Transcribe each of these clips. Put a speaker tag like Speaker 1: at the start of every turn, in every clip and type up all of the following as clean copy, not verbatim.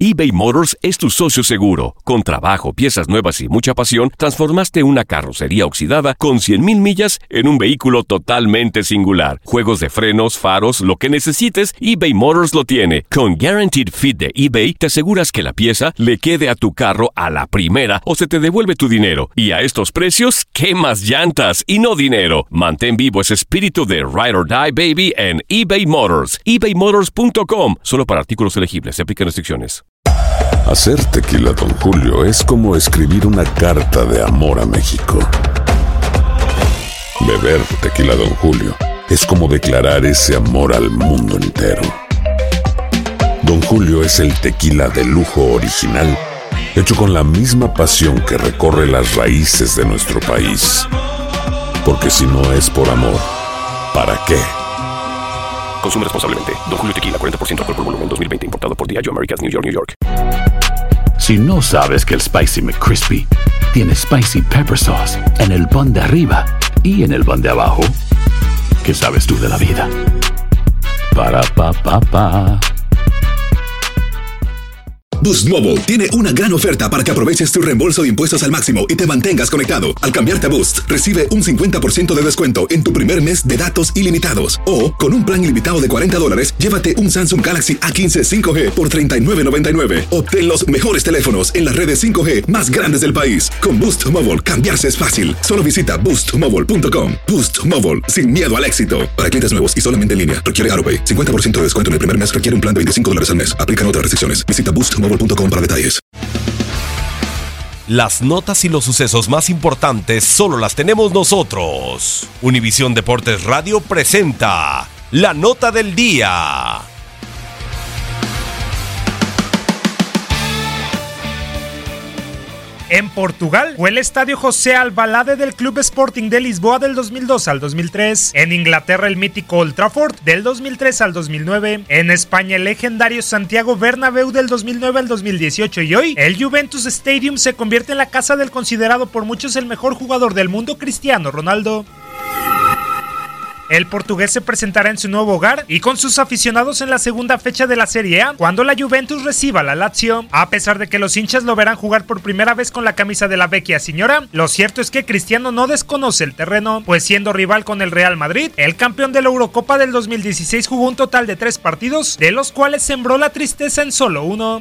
Speaker 1: eBay Motors es tu socio seguro. Con trabajo, piezas nuevas y mucha pasión, transformaste una carrocería oxidada con 100,000 millas en un vehículo totalmente singular. Juegos de frenos, faros, lo que necesites, eBay Motors lo tiene. Con Guaranteed Fit de eBay, te aseguras que la pieza le quede a tu carro a la primera o se te devuelve tu dinero. Y a estos precios, ¿qué más llantas y no dinero? Mantén vivo ese espíritu de Ride or Die, baby, en eBay Motors. ebaymotors.com. Solo para artículos elegibles. Se aplican restricciones.
Speaker 2: Hacer tequila Don Julio es como escribir una carta de amor a México. Beber tequila Don Julio es como declarar ese amor al mundo entero. Don Julio es el tequila de lujo original, hecho con la misma pasión que recorre las raíces de nuestro país. Porque si no es por amor, ¿para qué?
Speaker 1: Consume responsablemente. Don Julio Tequila, 40% alcohol por volumen, 2020. Importado por Diageo Americas, New York, New York.
Speaker 3: Si no sabes que el Spicy McCrispy tiene Spicy Pepper Sauce en el pan de arriba y en el pan de abajo, ¿qué sabes tú de la vida? Para, pa, pa, pa.
Speaker 4: Boost Mobile tiene una gran oferta para que aproveches tu reembolso de impuestos al máximo y te mantengas conectado. Al cambiarte a Boost, recibe un 50% de descuento en tu primer mes de datos ilimitados. O, con un plan ilimitado de $40, llévate un Samsung Galaxy A15 5G por $39.99. Obtén los mejores teléfonos en las redes 5G más grandes del país. Con Boost Mobile, cambiarse es fácil. Solo visita boostmobile.com. Boost Mobile, sin miedo al éxito. Para clientes nuevos y solamente en línea, requiere AroPay. 50% de descuento en el primer mes requiere un plan de $25 al mes. Aplican otras restricciones. Visita boostmobile.com para detalles.
Speaker 5: Las notas y los sucesos más importantes solo las tenemos nosotros. Univisión Deportes Radio presenta La Nota del Día.
Speaker 6: En Portugal fue el estadio José Alvalade del Club Sporting de Lisboa del 2002 al 2003. En Inglaterra el mítico Old Trafford del 2003 al 2009. En España el legendario Santiago Bernabéu del 2009 al 2018. Y hoy el Juventus Stadium se convierte en la casa del considerado por muchos el mejor jugador del mundo, Cristiano Ronaldo. El portugués se presentará en su nuevo hogar y con sus aficionados en la segunda fecha de la Serie A, cuando la Juventus reciba a la Lazio. A pesar de que los hinchas lo verán jugar por primera vez con la camisa de la Vecchia Signora, lo cierto es que Cristiano no desconoce el terreno, pues siendo rival con el Real Madrid, el campeón de la Eurocopa del 2016 jugó un total de 3 partidos, de los cuales sembró la tristeza en solo uno.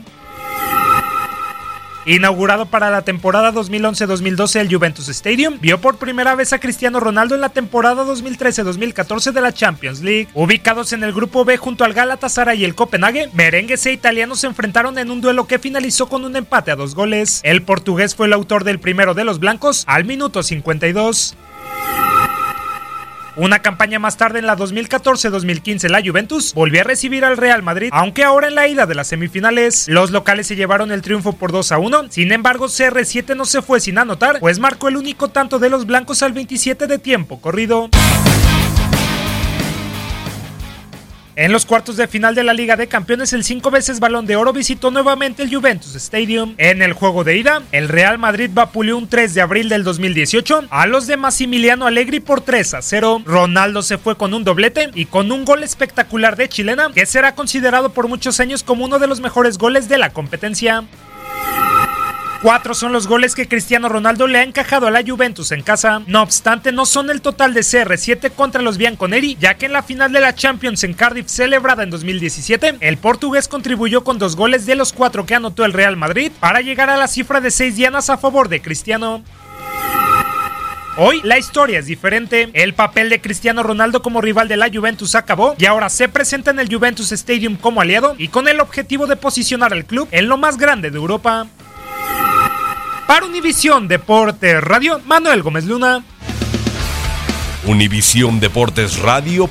Speaker 6: Inaugurado para la temporada 2011-2012, el Juventus Stadium vio por primera vez a Cristiano Ronaldo en la temporada 2013-2014 de la Champions League. Ubicados en el grupo B junto al Galatasaray y el Copenhague, merengues e italianos se enfrentaron en un duelo que finalizó con un empate a 2 goles. El portugués fue el autor del primero de los blancos al minuto 52. Una campaña más tarde, en la 2014-2015, la Juventus volvió a recibir al Real Madrid, aunque ahora en la ida de las semifinales. Los locales se llevaron el triunfo por 2-1, sin embargo CR7 no se fue sin anotar, pues marcó el único tanto de los blancos al 27 de tiempo corrido. En los cuartos de final de la Liga de Campeones, el 5 veces Balón de Oro visitó nuevamente el Juventus Stadium. En el juego de ida, el Real Madrid vapuleó un 3 de abril del 2018 a los de Massimiliano Allegri por 3-0. Ronaldo se fue con un doblete y con un gol espectacular de chilena, que será considerado por muchos años como uno de los mejores goles de la competencia. 4 son los goles que Cristiano Ronaldo le ha encajado a la Juventus en casa. No obstante, no son el total de CR7 contra los bianconeri, ya que en la final de la Champions en Cardiff celebrada en 2017, el portugués contribuyó con 2 goles de los 4 que anotó el Real Madrid para llegar a la cifra de 6 dianas a favor de Cristiano. Hoy la historia es diferente. El papel de Cristiano Ronaldo como rival de la Juventus acabó y ahora se presenta en el Juventus Stadium como aliado y con el objetivo de posicionar al club en lo más grande de Europa. Para Univisión Deportes Radio, Manuel Gómez Luna.
Speaker 5: Univisión Deportes Radio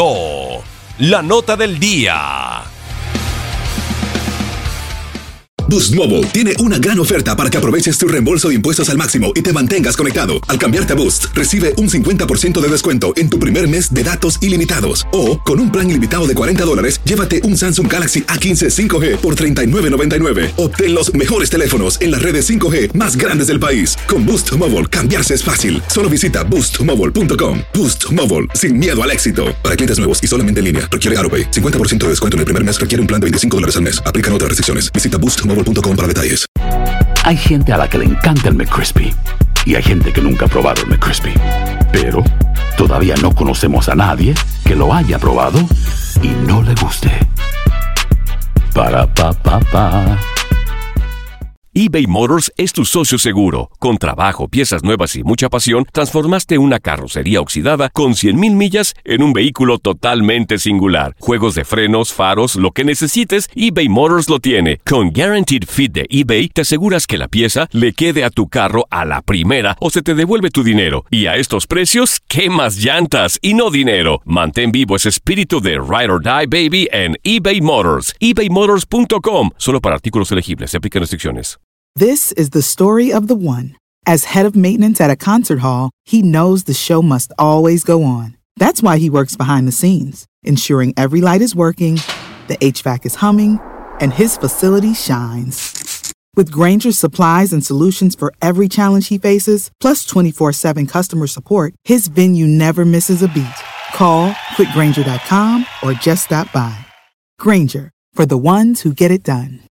Speaker 5: presentó La Nota del Día.
Speaker 4: Boost Mobile tiene una gran oferta para que aproveches tu reembolso de impuestos al máximo y te mantengas conectado. Al cambiarte a Boost, recibe un 50% de descuento en tu primer mes de datos ilimitados. O, con un plan ilimitado de $40, llévate un Samsung Galaxy A15 5G por $39.99. Obtén los mejores teléfonos en las redes 5G más grandes del país. Con Boost Mobile, cambiarse es fácil. Solo visita boostmobile.com. Boost Mobile, sin miedo al éxito. Para clientes nuevos y solamente en línea, requiere AroPay. 50% de descuento en el primer mes requiere un plan de $25 al mes. Aplican otras restricciones. Visita boostmobile.com para detalles.
Speaker 3: Hay gente a la que le encanta el McCrispy y hay gente que nunca ha probado el McCrispy. Pero todavía no conocemos a nadie que lo haya probado y no le guste. Para pa pa pa.
Speaker 1: eBay Motors es tu socio seguro. Con trabajo, piezas nuevas y mucha pasión, transformaste una carrocería oxidada con 100,000 millas en un vehículo totalmente singular. Juegos de frenos, faros, lo que necesites, eBay Motors lo tiene. Con Guaranteed Fit de eBay, te aseguras que la pieza le quede a tu carro a la primera o se te devuelve tu dinero. Y a estos precios, ¿qué más llantas y no dinero? Mantén vivo ese espíritu de Ride or Die, baby, en eBay Motors. ebaymotors.com. Solo para artículos elegibles. Se aplican restricciones.
Speaker 7: This is the story of the one. As head of maintenance at a concert hall, he knows the show must always go on. That's why he works behind the scenes, ensuring every light is working, the HVAC is humming, and his facility shines. With Grainger's supplies and solutions for every challenge he faces, plus 24/7 customer support, his venue never misses a beat. Call quickgrainger.com or just stop by. Grainger, for the ones who get it done.